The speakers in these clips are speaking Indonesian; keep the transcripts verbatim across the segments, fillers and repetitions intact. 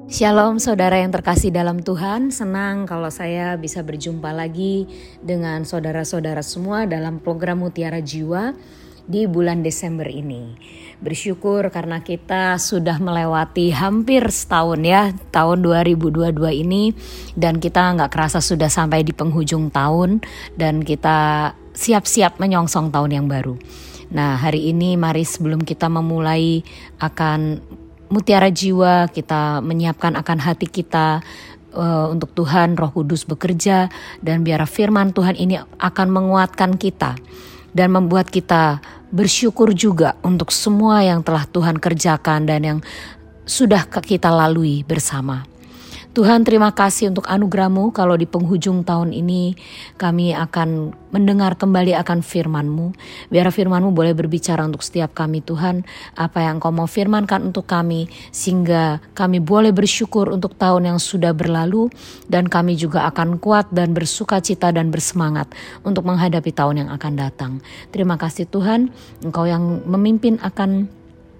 Shalom saudara yang terkasih dalam Tuhan, senang kalau saya bisa berjumpa lagi dengan saudara-saudara semua dalam program Mutiara Jiwa di bulan Desember ini. Bersyukur karena kita sudah melewati hampir setahun ya, tahun dua ribu dua puluh dua ini, dan kita gak kerasa sudah sampai di penghujung tahun dan kita siap-siap menyongsong tahun yang baru. Nah, hari ini mari sebelum kita memulai akan Mutiara Jiwa, kita menyiapkan akan hati kita uh, untuk Tuhan, Roh Kudus bekerja, dan biar firman Tuhan ini akan menguatkan kita dan membuat kita bersyukur juga untuk semua yang telah Tuhan kerjakan dan yang sudah kita lalui bersama. Tuhan, terima kasih untuk anugerah-Mu. Kalau di penghujung tahun ini kami akan mendengar kembali akan firman-Mu. Biar firman-Mu boleh berbicara untuk setiap kami, Tuhan. Apa yang Engkau mau firmankan untuk kami, sehingga kami boleh bersyukur untuk tahun yang sudah berlalu, dan kami juga akan kuat dan bersuka cita dan bersemangat untuk menghadapi tahun yang akan datang. Terima kasih Tuhan, Engkau yang memimpin akan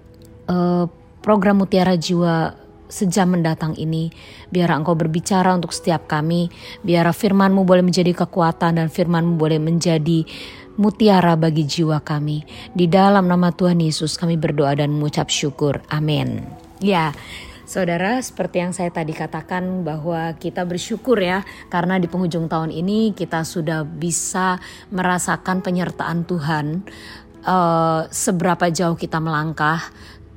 uh, program Mutiara Jiwa sejam mendatang ini. Biar Engkau berbicara untuk setiap kami, biar firman-Mu boleh menjadi kekuatan dan firman-Mu boleh menjadi mutiara bagi jiwa kami. Di dalam nama Tuhan Yesus kami berdoa dan mengucap syukur. Amin. Ya, saudara, seperti yang saya tadi katakan bahwa kita bersyukur ya, karena di penghujung tahun ini kita sudah bisa merasakan penyertaan Tuhan. Uh, seberapa jauh kita melangkah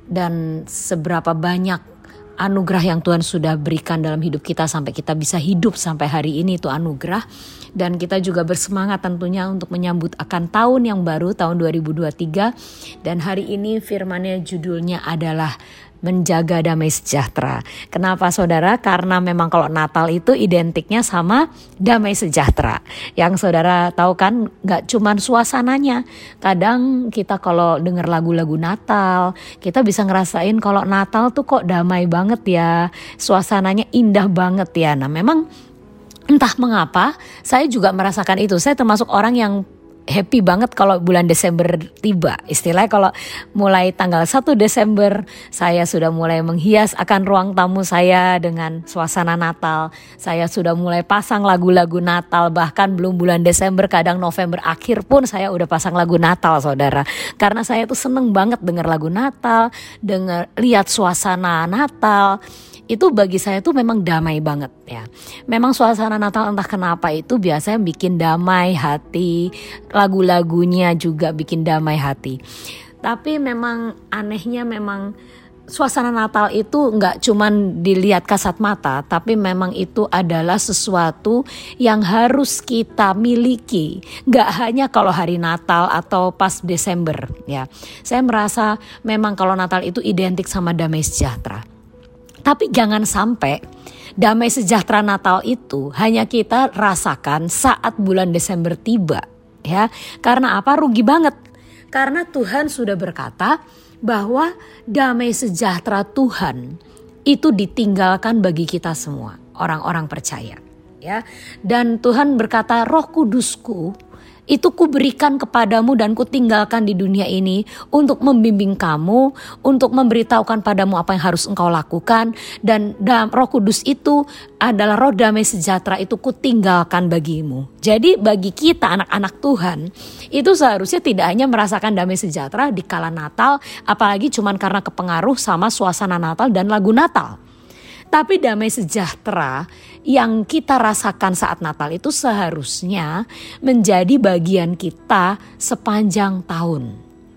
dan seberapa banyak anugerah yang Tuhan sudah berikan dalam hidup kita sampai kita bisa hidup sampai hari ini, itu anugerah. Dan kita juga bersemangat tentunya untuk menyambut akan tahun yang baru, tahun dua ribu dua puluh tiga. Dan hari ini firmannya judulnya adalah menjaga damai sejahtera. Kenapa saudara? Karena memang kalau Natal itu identiknya sama damai sejahtera. Yang saudara tahu kan, gak cuman suasananya. Kadang kita kalau dengar lagu-lagu Natal, kita bisa ngerasain kalau Natal tuh kok damai banget ya. Suasananya indah banget ya. Nah memang entah mengapa saya juga merasakan itu. Saya termasuk orang yang happy banget kalau bulan Desember tiba. Istilahnya kalau mulai tanggal satu Desember saya sudah mulai menghias akan ruang tamu saya dengan suasana Natal. Saya sudah mulai pasang lagu-lagu Natal, bahkan belum bulan Desember, kadang November akhir pun saya udah pasang lagu Natal, saudara. Karena saya tuh seneng banget denger lagu Natal, denger lihat suasana Natal. Itu bagi saya tuh memang damai banget ya. Memang suasana Natal entah kenapa itu biasanya bikin damai hati. Lagu-lagunya juga bikin damai hati. Tapi memang anehnya memang suasana Natal itu gak cuman dilihat kasat mata, tapi memang itu adalah sesuatu yang harus kita miliki. Gak hanya kalau hari Natal atau pas Desember ya. Saya merasa memang kalau Natal itu identik sama damai sejahtera. Tapi jangan sampai damai sejahtera Natal itu hanya kita rasakan saat bulan Desember tiba ya. Karena apa? Rugi banget. Karena Tuhan sudah berkata bahwa damai sejahtera Tuhan itu ditinggalkan bagi kita semua, orang-orang percaya ya. Dan Tuhan berkata, Roh Kudusku itu kuberikan kepadamu dan kutinggalkan di dunia ini untuk membimbing kamu, untuk memberitahukan padamu apa yang harus engkau lakukan. Dan Roh Kudus itu adalah roh damai sejahtera, itu kutinggalkan bagimu. Jadi bagi kita anak-anak Tuhan, itu seharusnya tidak hanya merasakan damai sejahtera di kala Natal, apalagi cuman karena kepengaruh sama suasana Natal dan lagu Natal. Tapi damai sejahtera yang kita rasakan saat Natal itu seharusnya menjadi bagian kita sepanjang tahun.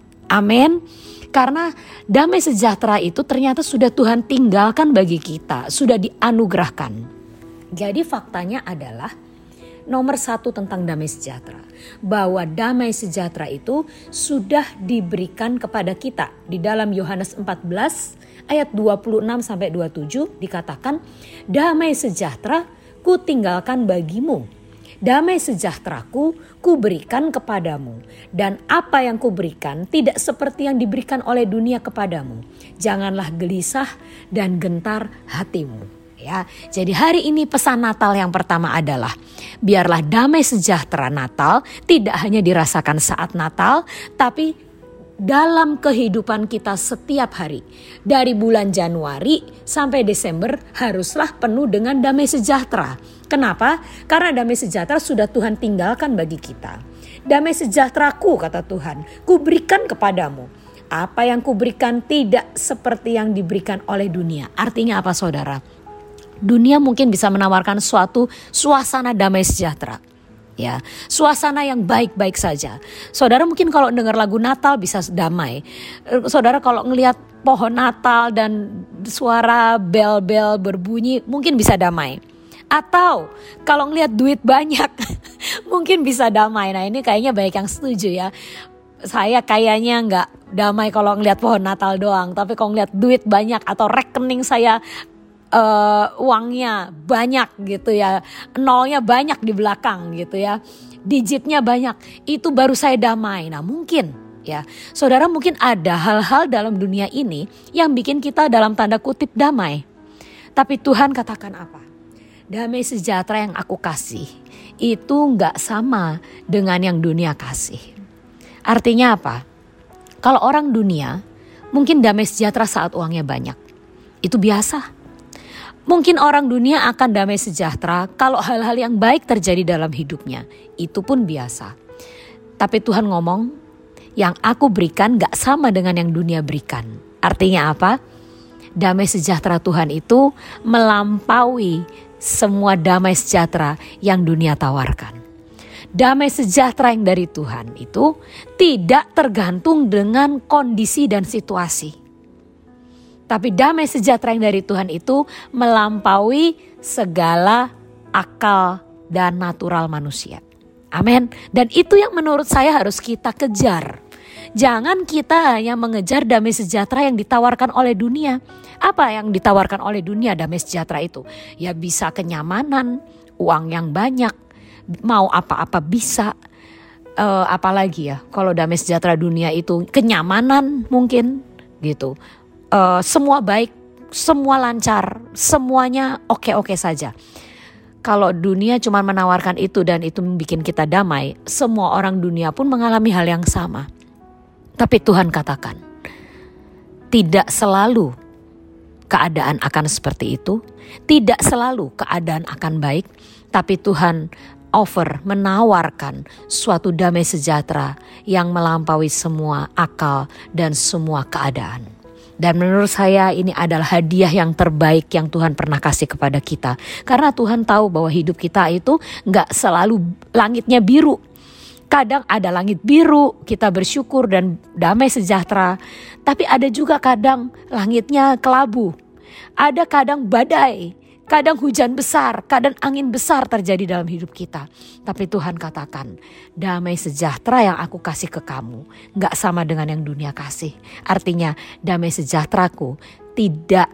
Amin. Karena damai sejahtera itu ternyata sudah Tuhan tinggalkan bagi kita, sudah dianugerahkan. Jadi faktanya adalah nomor satu tentang damai sejahtera, bahwa damai sejahtera itu sudah diberikan kepada kita. Di dalam Yohanes empat belas ayat dua puluh enam sampai dua puluh tujuh dikatakan, damai sejahtera ku tinggalkan bagimu, damai sejahteraku ku berikan kepadamu, dan apa yang ku berikan tidak seperti yang diberikan oleh dunia kepadamu. Janganlah gelisah dan gentar hatimu. Ya, jadi hari ini pesan Natal yang pertama adalah biarlah damai sejahtera Natal tidak hanya dirasakan saat Natal, tapi dalam kehidupan kita setiap hari. Dari bulan Januari sampai Desember haruslah penuh dengan damai sejahtera. Kenapa? Karena damai sejahtera sudah Tuhan tinggalkan bagi kita. Damai sejahteraku, kata Tuhan, kuberikan kepadamu. Apa yang kuberikan tidak seperti yang diberikan oleh dunia. Artinya apa, saudara? Dunia mungkin bisa menawarkan suatu suasana damai sejahtera. Ya, suasana yang baik-baik saja. Saudara mungkin kalau dengar lagu Natal bisa damai. Saudara kalau ngelihat pohon Natal dan suara bel-bel berbunyi mungkin bisa damai. Atau kalau ngelihat duit banyak mungkin bisa damai. Nah, ini kayaknya banyak yang setuju ya. Saya kayaknya nggak damai kalau ngelihat pohon Natal doang, tapi kalau ngelihat duit banyak atau rekening saya Uh, uangnya banyak gitu ya, nolnya banyak di belakang gitu ya, digitnya banyak, itu baru saya damai. Nah mungkin ya saudara, mungkin ada hal-hal dalam dunia ini yang bikin kita dalam tanda kutip damai. Tapi Tuhan katakan apa? Damai sejahtera yang aku kasih itu gak sama dengan yang dunia kasih. Artinya apa? Kalau orang dunia mungkin damai sejahtera saat uangnya banyak, itu biasa. Mungkin orang dunia akan damai sejahtera kalau hal-hal yang baik terjadi dalam hidupnya. Itu pun biasa. Tapi Tuhan ngomong, yang aku berikan gak sama dengan yang dunia berikan. Artinya apa? Damai sejahtera Tuhan itu melampaui semua damai sejahtera yang dunia tawarkan. Damai sejahtera yang dari Tuhan itu tidak tergantung dengan kondisi dan situasi. Tapi damai sejahtera yang dari Tuhan itu melampaui segala akal dan natural manusia. Amin. Dan itu yang menurut saya harus kita kejar. Jangan kita hanya mengejar damai sejahtera yang ditawarkan oleh dunia. Apa yang ditawarkan oleh dunia damai sejahtera itu? Ya bisa kenyamanan, uang yang banyak, mau apa-apa bisa. Uh, apalagi ya kalau damai sejahtera dunia itu kenyamanan mungkin gitu. Uh, semua baik, semua lancar, semuanya oke-oke saja. Kalau dunia cuma menawarkan itu dan itu bikin kita damai, semua orang dunia pun mengalami hal yang sama. Tapi Tuhan katakan, tidak selalu keadaan akan seperti itu, tidak selalu keadaan akan baik, tapi Tuhan offer, menawarkan suatu damai sejahtera yang melampaui semua akal dan semua keadaan. Dan menurut saya ini adalah hadiah yang terbaik yang Tuhan pernah kasih kepada kita. Karena Tuhan tahu bahwa hidup kita itu gak selalu langitnya biru. Kadang ada langit biru, kita bersyukur dan damai sejahtera. Tapi ada juga kadang langitnya kelabu. Ada kadang badai, kadang hujan besar, kadang angin besar terjadi dalam hidup kita. Tapi Tuhan katakan, damai sejahtera yang aku kasih ke kamu gak sama dengan yang dunia kasih. Artinya damai sejahteraku tidak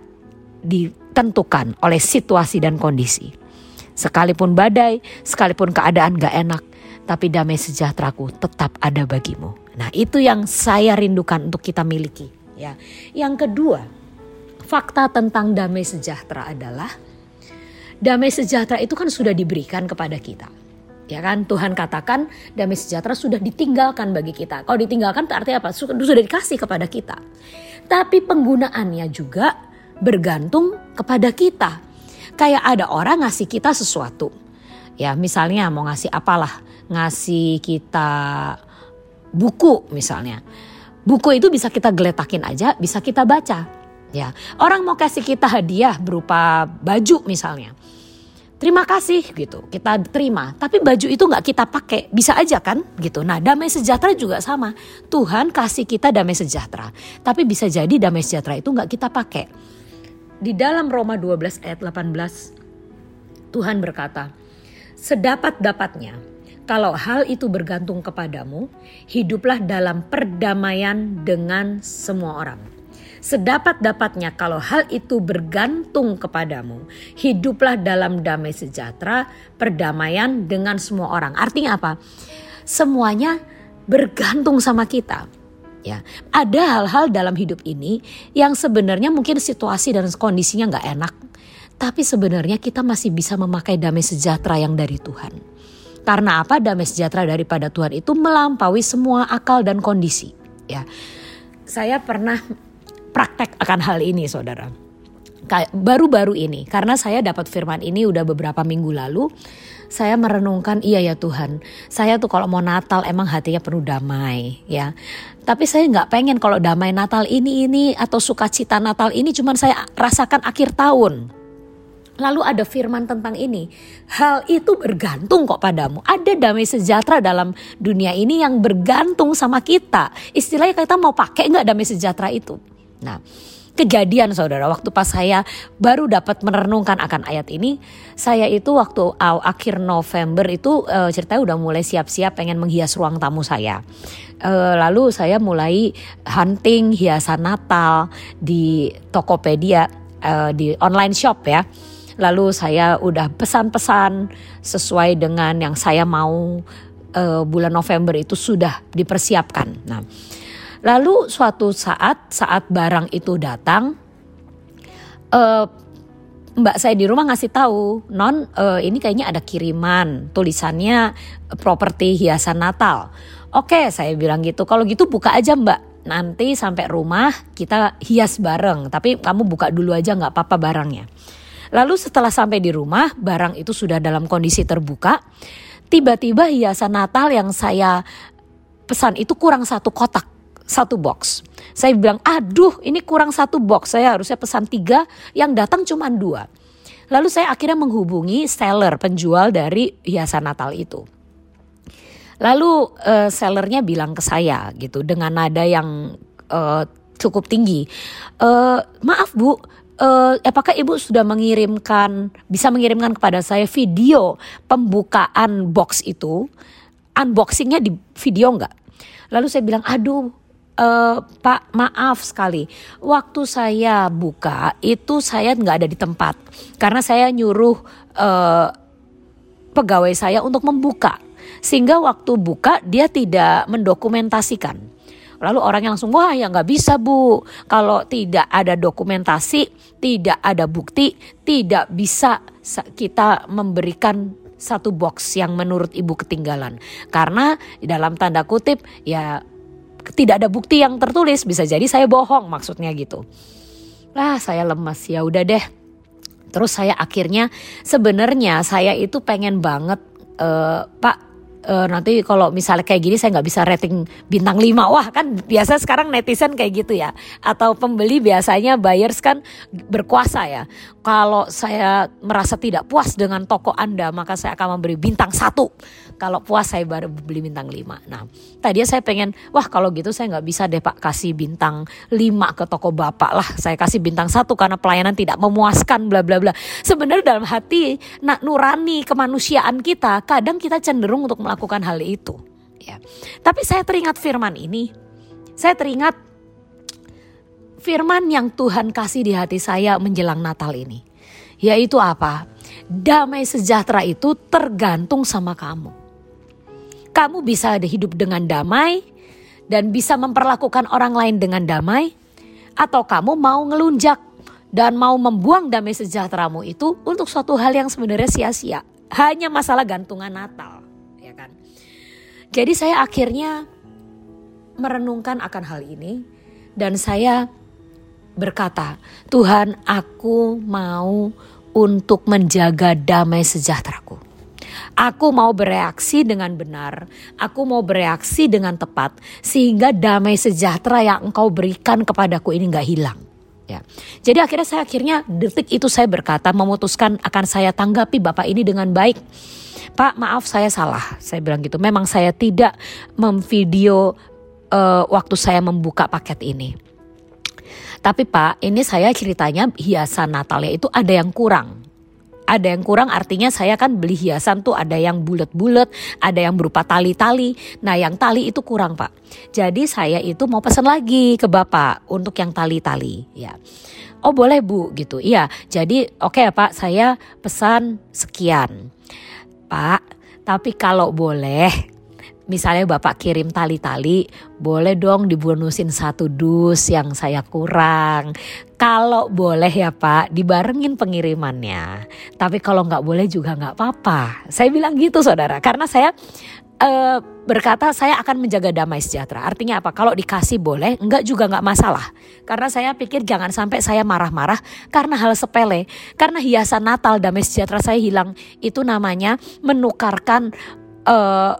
ditentukan oleh situasi dan kondisi. Sekalipun badai, sekalipun keadaan gak enak, tapi damai sejahteraku tetap ada bagimu. Nah itu yang saya rindukan untuk kita miliki. Ya. Yang kedua, fakta tentang damai sejahtera adalah damai sejahtera itu kan sudah diberikan kepada kita. Ya kan, Tuhan katakan damai sejahtera sudah ditinggalkan bagi kita. Kalau ditinggalkan artinya apa? Sudah dikasih kepada kita. Tapi penggunaannya juga bergantung kepada kita. Kayak ada orang ngasih kita sesuatu. Ya misalnya mau ngasih apalah. Ngasih kita buku misalnya. Buku itu bisa kita geletakin aja, bisa kita baca. Ya, orang mau kasih kita hadiah berupa baju misalnya. Terima kasih gitu, kita terima. Tapi baju itu gak kita pakai, bisa aja kan gitu. Nah damai sejahtera juga sama. Tuhan kasih kita damai sejahtera. Tapi bisa jadi damai sejahtera itu gak kita pakai. Di dalam Roma dua belas ayat delapan belas, Tuhan berkata, sedapat-dapatnya kalau hal itu bergantung kepadamu, hiduplah dalam perdamaian dengan semua orang. Sedapat-dapatnya kalau hal itu bergantung kepadamu, hiduplah dalam damai sejahtera, perdamaian dengan semua orang. Artinya apa? Semuanya bergantung sama kita. Ya, ada hal-hal dalam hidup ini yang sebenarnya mungkin situasi dan kondisinya nggak enak, tapi sebenarnya kita masih bisa memakai damai sejahtera yang dari Tuhan. Karena apa? Damai sejahtera daripada Tuhan itu melampaui semua akal dan kondisi. ya. Saya pernah praktek akan hal ini, saudara. Kayak baru-baru ini, karena saya dapat firman ini udah beberapa minggu lalu. Saya merenungkan, iya ya Tuhan, saya tuh kalau mau Natal emang hatinya penuh damai ya. Tapi saya gak pengen kalau damai Natal ini ini atau sukacita Natal ini cuman saya rasakan akhir tahun. Lalu ada firman tentang ini, hal itu bergantung kok padamu. Ada damai sejahtera dalam dunia ini yang bergantung sama kita. Istilahnya kita mau pakai gak damai sejahtera itu. Nah, kejadian saudara, waktu pas saya baru dapat merenungkan akan ayat ini, saya itu waktu akhir November itu uh, ceritanya udah mulai siap-siap pengen menghias ruang tamu saya. Uh, lalu saya mulai hunting hiasan Natal di Tokopedia, uh, di online shop ya. Lalu saya udah pesan-pesan sesuai dengan yang saya mau, uh, bulan November itu sudah dipersiapkan. Nah, lalu suatu saat, saat barang itu datang, uh, mbak saya di rumah ngasih tahu, non uh, ini kayaknya ada kiriman, tulisannya uh, properti hiasan Natal. Oke, saya bilang gitu, kalau gitu buka aja mbak, nanti sampai rumah kita hias bareng, tapi kamu buka dulu aja gak apa-apa barangnya. Lalu setelah sampai di rumah, barang itu sudah dalam kondisi terbuka, tiba-tiba hiasan Natal yang saya pesan itu kurang satu kotak. Satu box. Saya bilang, aduh ini kurang satu box, saya harusnya pesan tiga, yang datang cuma dua. Lalu saya akhirnya menghubungi seller, penjual dari hiasan Natal itu. Lalu uh, sellernya bilang ke saya gitu dengan nada yang uh, cukup tinggi, uh, maaf bu, uh, apakah ibu sudah mengirimkan, bisa mengirimkan kepada saya video pembukaan box itu, unboxingnya di video enggak? Lalu saya bilang, aduh Uh, Pak maaf sekali, waktu saya buka itu saya nggak ada di tempat karena saya nyuruh uh, pegawai saya untuk membuka, sehingga waktu buka dia tidak mendokumentasikan. Lalu orangnya langsung, wah ya nggak bisa bu, kalau tidak ada dokumentasi, tidak ada bukti, tidak bisa kita memberikan satu box yang menurut ibu ketinggalan, karena dalam tanda kutip ya tidak ada bukti yang tertulis, bisa jadi saya bohong maksudnya gitu. Lah saya lemas, ya udah deh. Terus saya akhirnya sebenarnya saya itu pengen banget uh, Pak uh, nanti kalau misalnya kayak gini saya nggak bisa rating bintang lima. Wah kan biasa sekarang netizen kayak gitu ya. Atau pembeli biasanya buyers kan berkuasa ya. Kalau saya merasa tidak puas dengan toko Anda, maka saya akan memberi bintang satu. Kalau puas saya baru beli bintang lima. Nah tadi saya pengen, wah kalau gitu saya gak bisa deh Pak kasih bintang lima ke toko Bapak lah. Saya kasih bintang satu karena pelayanan tidak memuaskan bla bla bla. Sebenarnya dalam hati nak nurani kemanusiaan kita, kadang kita cenderung untuk melakukan hal itu ya. Tapi saya teringat firman ini. Saya teringat firman yang Tuhan kasih di hati saya menjelang Natal ini. Yaitu apa? Damai sejahtera itu tergantung sama kamu. Kamu bisa hidup dengan damai dan bisa memperlakukan orang lain dengan damai, atau kamu mau ngelunjak dan mau membuang damai sejahteramu itu untuk suatu hal yang sebenarnya sia-sia. Hanya masalah gantungan Natal, ya kan? Jadi saya akhirnya merenungkan akan hal ini dan saya berkata, Tuhan, aku mau untuk menjaga damai sejahteraku. Aku mau bereaksi dengan benar, aku mau bereaksi dengan tepat, sehingga damai sejahtera yang Engkau berikan kepadaku ini gak hilang. Ya. Jadi akhirnya saya akhirnya detik itu saya berkata, memutuskan akan saya tanggapi Bapak ini dengan baik. Pak maaf saya salah, saya bilang gitu. Memang saya tidak memvideo uh, waktu saya membuka paket ini. Tapi Pak, ini saya ceritanya hiasan Natalnya itu ada yang kurang. Ada yang kurang artinya saya kan beli hiasan tuh ada yang bulat-bulat, ada yang berupa tali-tali. Nah yang tali itu kurang Pak. Jadi saya itu mau pesan lagi ke Bapak untuk yang tali-tali ya. Oh boleh Bu gitu. Iya jadi oke okay, Pak saya pesan sekian. Pak tapi kalau boleh misalnya Bapak kirim tali-tali, boleh dong dibonusin satu dus yang saya kurang. Kalau boleh ya Pak, dibarengin pengirimannya. Tapi kalau nggak boleh juga nggak apa-apa. Saya bilang gitu saudara, karena saya uh, berkata saya akan menjaga damai sejahtera. Artinya apa? Kalau dikasih boleh, enggak juga enggak masalah. Karena saya pikir jangan sampai saya marah-marah karena hal sepele. Karena hiasan Natal damai sejahtera saya hilang. Itu namanya menukarkan uh,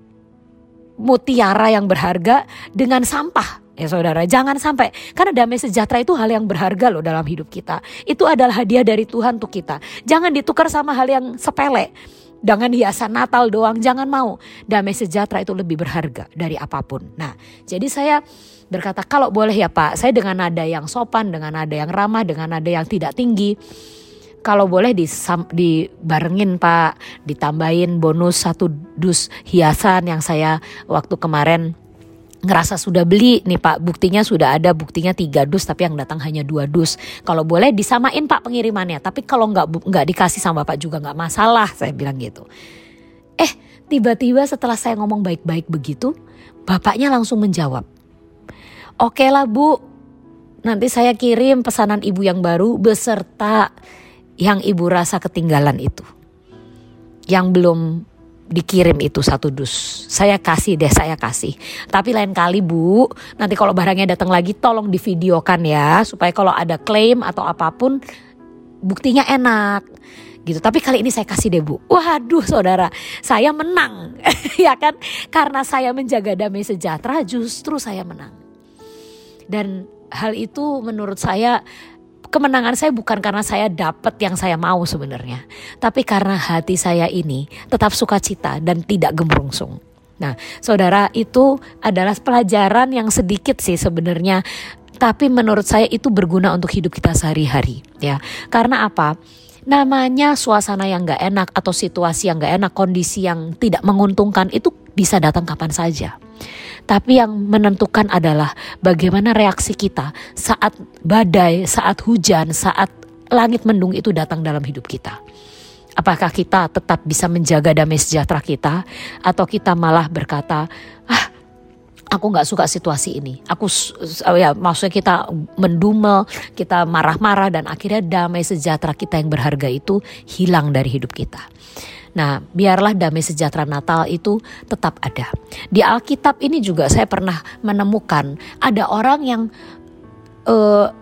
mutiara yang berharga dengan sampah. Ya saudara, jangan sampai, karena damai sejahtera itu hal yang berharga loh dalam hidup kita. Itu adalah hadiah dari Tuhan untuk kita. Jangan ditukar sama hal yang sepele. Jangan hiasan Natal doang, jangan mau. Damai sejahtera itu lebih berharga dari apapun. Nah, jadi saya berkata, kalau boleh ya Pak, saya dengan nada yang sopan, dengan nada yang ramah, dengan nada yang tidak tinggi. Kalau boleh disam, dibarengin Pak, ditambahin bonus satu dus hiasan yang saya waktu kemarin ngerasa sudah beli nih Pak, buktinya sudah ada, buktinya tiga dus tapi yang datang hanya dua dus. Kalau boleh disamain Pak pengirimannya, tapi kalau nggak nggak dikasih sama Bapak juga nggak masalah, saya bilang gitu. Eh tiba-tiba setelah saya ngomong baik-baik begitu, Bapaknya langsung menjawab, oke lah Bu, nanti saya kirim pesanan Ibu yang baru beserta yang Ibu rasa ketinggalan itu, yang belum dikirim itu satu dus. Saya kasih deh, saya kasih. Tapi lain kali Bu, nanti kalau barangnya datang lagi tolong divideokan ya, supaya kalau ada klaim atau apapun buktinya enak gitu. Tapi kali ini saya kasih deh Bu. Waduh saudara, saya menang. Ya kan? Karena saya menjaga damai sejahtera, justru saya menang. Dan hal itu menurut saya, kemenangan saya bukan karena saya dapat yang saya mau sebenarnya, tapi karena hati saya ini tetap sukacita dan tidak gemerungsung. Nah, saudara, itu adalah pelajaran yang sedikit sih sebenarnya, tapi menurut saya itu berguna untuk hidup kita sehari-hari, ya. Karena apa? Namanya suasana yang gak enak atau situasi yang gak enak, kondisi yang tidak menguntungkan itu bisa datang kapan saja. Tapi yang menentukan adalah bagaimana reaksi kita saat badai, saat hujan, saat langit mendung itu datang dalam hidup kita. Apakah kita tetap bisa menjaga damai sejahtera kita, atau kita malah berkata, ah aku gak suka situasi ini. Aku ya maksudnya kita mendumel, kita marah-marah, dan akhirnya damai sejahtera kita yang berharga itu hilang dari hidup kita. Nah, biarlah damai sejahtera Natal itu tetap ada. Di Alkitab ini juga saya pernah menemukan ada orang yang uh,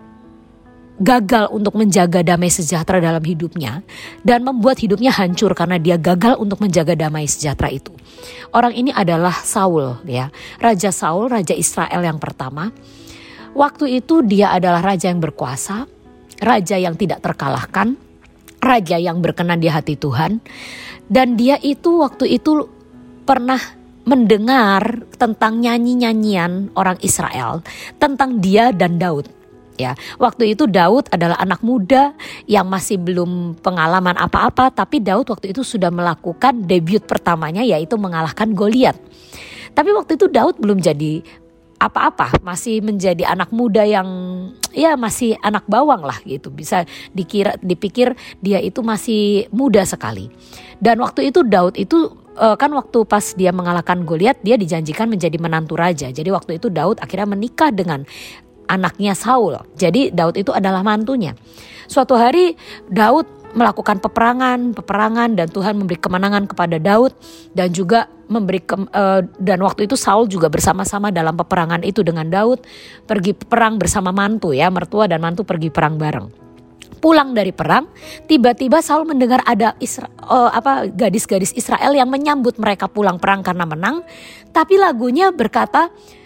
gagal untuk menjaga damai sejahtera dalam hidupnya dan membuat hidupnya hancur karena dia gagal untuk menjaga damai sejahtera itu. Orang ini adalah Saul, ya, Raja Saul, Raja Israel yang pertama. Waktu itu dia adalah raja yang berkuasa, raja yang tidak terkalahkan, raja yang berkenan di hati Tuhan. Dan dia itu waktu itu pernah mendengar tentang nyanyi-nyanyian orang Israel tentang dia dan Daud. Ya, waktu itu Daud adalah anak muda yang masih belum pengalaman apa-apa, tapi Daud waktu itu sudah melakukan debut pertamanya, yaitu mengalahkan Goliat. Tapi waktu itu Daud belum jadi apa-apa, masih menjadi anak muda yang ya masih anak bawang lah gitu. Bisa dikira dipikir dia itu masih muda sekali. Dan waktu itu Daud itu kan waktu pas dia mengalahkan Goliat, dia dijanjikan menjadi menantu raja. Jadi waktu itu Daud akhirnya menikah dengan anaknya Saul. Jadi Daud itu adalah mantunya. Suatu hari Daud melakukan peperangan, peperangan dan Tuhan memberi kemenangan kepada Daud, dan juga memberi ke, uh, dan waktu itu Saul juga bersama-sama dalam peperangan itu dengan Daud, pergi perang bersama mantu, ya, mertua dan mantu pergi perang bareng. Pulang dari perang, tiba-tiba Saul mendengar ada Isra, uh, apa gadis-gadis Israel yang menyambut mereka pulang perang karena menang, tapi lagunya berkata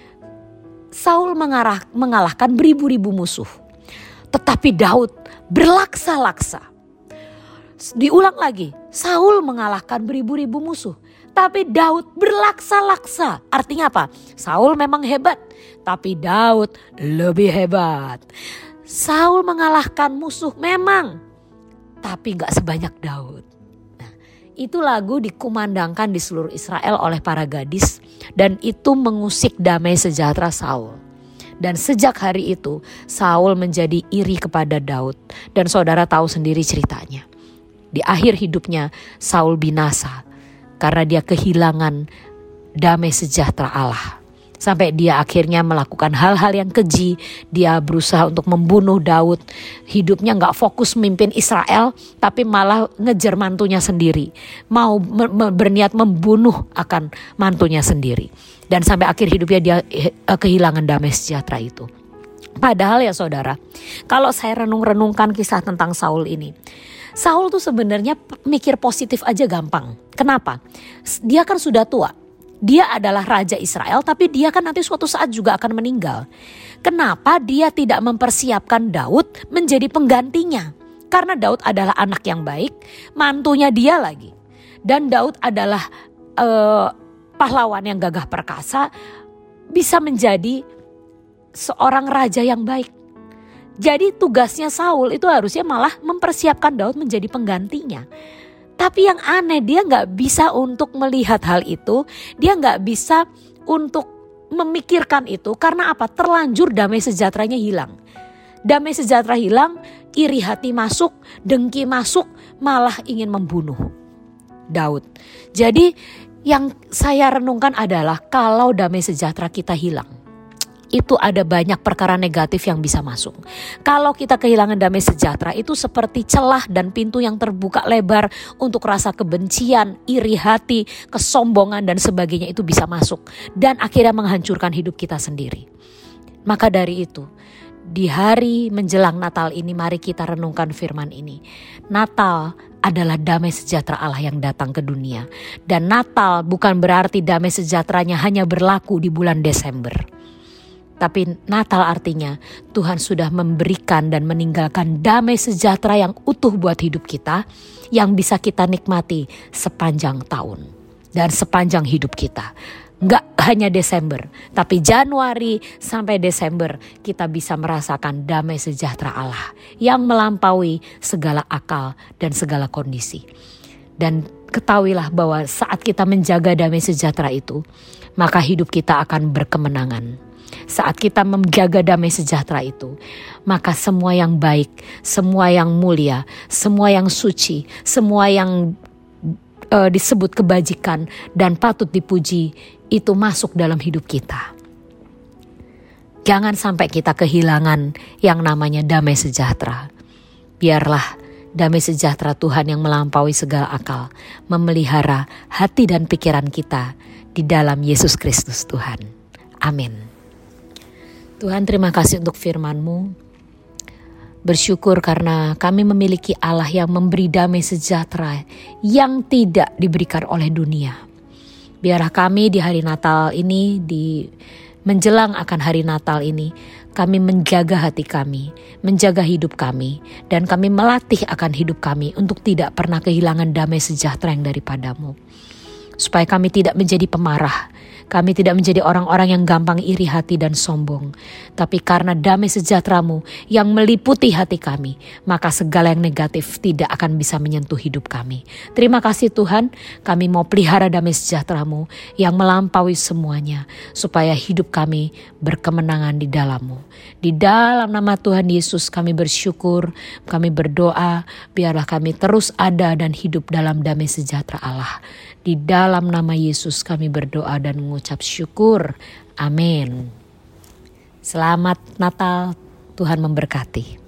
Saul mengarah, mengalahkan beribu-ribu musuh, tetapi Daud berlaksa-laksa. Diulang lagi, Saul mengalahkan beribu-ribu musuh, tapi Daud berlaksa-laksa. Artinya apa? Saul memang hebat, tapi Daud lebih hebat. Saul mengalahkan musuh memang, tapi gak sebanyak Daud. Nah, itu lagu dikumandangkan di seluruh Israel oleh para gadis, dan itu mengusik damai sejahtera Saul. Dan sejak hari itu Saul menjadi iri kepada Daud, dan saudara tahu sendiri ceritanya. Di akhir hidupnya Saul binasa karena dia kehilangan damai sejahtera Allah. Sampai dia akhirnya melakukan hal-hal yang keji. Dia berusaha untuk membunuh Daud. Hidupnya gak fokus memimpin Israel, tapi malah ngejar mantunya sendiri. Mau me- berniat membunuh akan mantunya sendiri. Dan sampai akhir hidupnya dia uh, kehilangan damai sejahtera itu. Padahal ya saudara, kalau saya renung-renungkan kisah tentang Saul ini, Saul tuh sebenarnya mikir positif aja gampang. Kenapa? Dia kan sudah tua. Dia adalah raja Israel, tapi dia kan nanti suatu saat juga akan meninggal. Kenapa dia tidak mempersiapkan Daud menjadi penggantinya? Karena Daud adalah anak yang baik, mantunya dia lagi. Dan Daud adalah uh, pahlawan yang gagah perkasa, bisa menjadi seorang raja yang baik. Jadi tugasnya Saul itu harusnya malah mempersiapkan Daud menjadi penggantinya. Tapi yang aneh, dia gak bisa untuk melihat hal itu. Dia gak bisa untuk memikirkan itu. Karena apa? Terlanjur damai sejahteranya hilang. Damai sejahtera hilang, iri hati masuk, dengki masuk, malah ingin membunuh Daud. Jadi yang saya renungkan adalah kalau damai sejahtera kita hilang, itu ada banyak perkara negatif yang bisa masuk. Kalau kita kehilangan damai sejahtera, itu seperti celah dan pintu yang terbuka lebar untuk rasa kebencian, iri hati, kesombongan dan sebagainya itu bisa masuk. Dan akhirnya menghancurkan hidup kita sendiri. Maka dari itu, di hari menjelang Natal ini mari kita renungkan firman ini. Natal adalah damai sejahtera Allah yang datang ke dunia. Dan Natal bukan berarti damai sejahteranya hanya berlaku di bulan Desember. Tapi Natal artinya Tuhan sudah memberikan dan meninggalkan damai sejahtera yang utuh buat hidup kita, yang bisa kita nikmati sepanjang tahun dan sepanjang hidup kita. Enggak hanya Desember, tapi Januari sampai Desember kita bisa merasakan damai sejahtera Allah yang melampaui segala akal dan segala kondisi. Dan ketahuilah bahwa saat kita menjaga damai sejahtera itu, maka hidup kita akan berkemenangan. Saat kita menjaga damai sejahtera itu, maka semua yang baik, semua yang mulia, semua yang suci, semua yang uh, disebut kebajikan dan patut dipuji, itu masuk dalam hidup kita. Jangan sampai kita kehilangan yang namanya damai sejahtera. Biarlah damai sejahtera Tuhan yang melampaui segala akal memelihara hati dan pikiran kita di dalam Yesus Kristus Tuhan. Amin. Tuhan, terima kasih untuk firman-Mu. Bersyukur karena kami memiliki Allah yang memberi damai sejahtera yang tidak diberikan oleh dunia. Biarlah kami di hari Natal ini, di menjelang akan hari Natal ini, kami menjaga hati kami, menjaga hidup kami, dan kami melatih akan hidup kami untuk tidak pernah kehilangan damai sejahtera yang daripada-Mu. Supaya kami tidak menjadi pemarah, kami tidak menjadi orang-orang yang gampang iri hati dan sombong. Tapi karena damai sejahtera-Mu yang meliputi hati kami, maka segala yang negatif tidak akan bisa menyentuh hidup kami. Terima kasih Tuhan, kami mau pelihara damai sejahtera-Mu yang melampaui semuanya, supaya hidup kami berkemenangan di dalam-Mu. Di dalam nama Tuhan Yesus kami bersyukur, kami berdoa, biarlah kami terus ada dan hidup dalam damai sejahtera Allah. Di dalam nama Yesus kami berdoa dan mengucap syukur. Amin. Selamat Natal, Tuhan memberkati.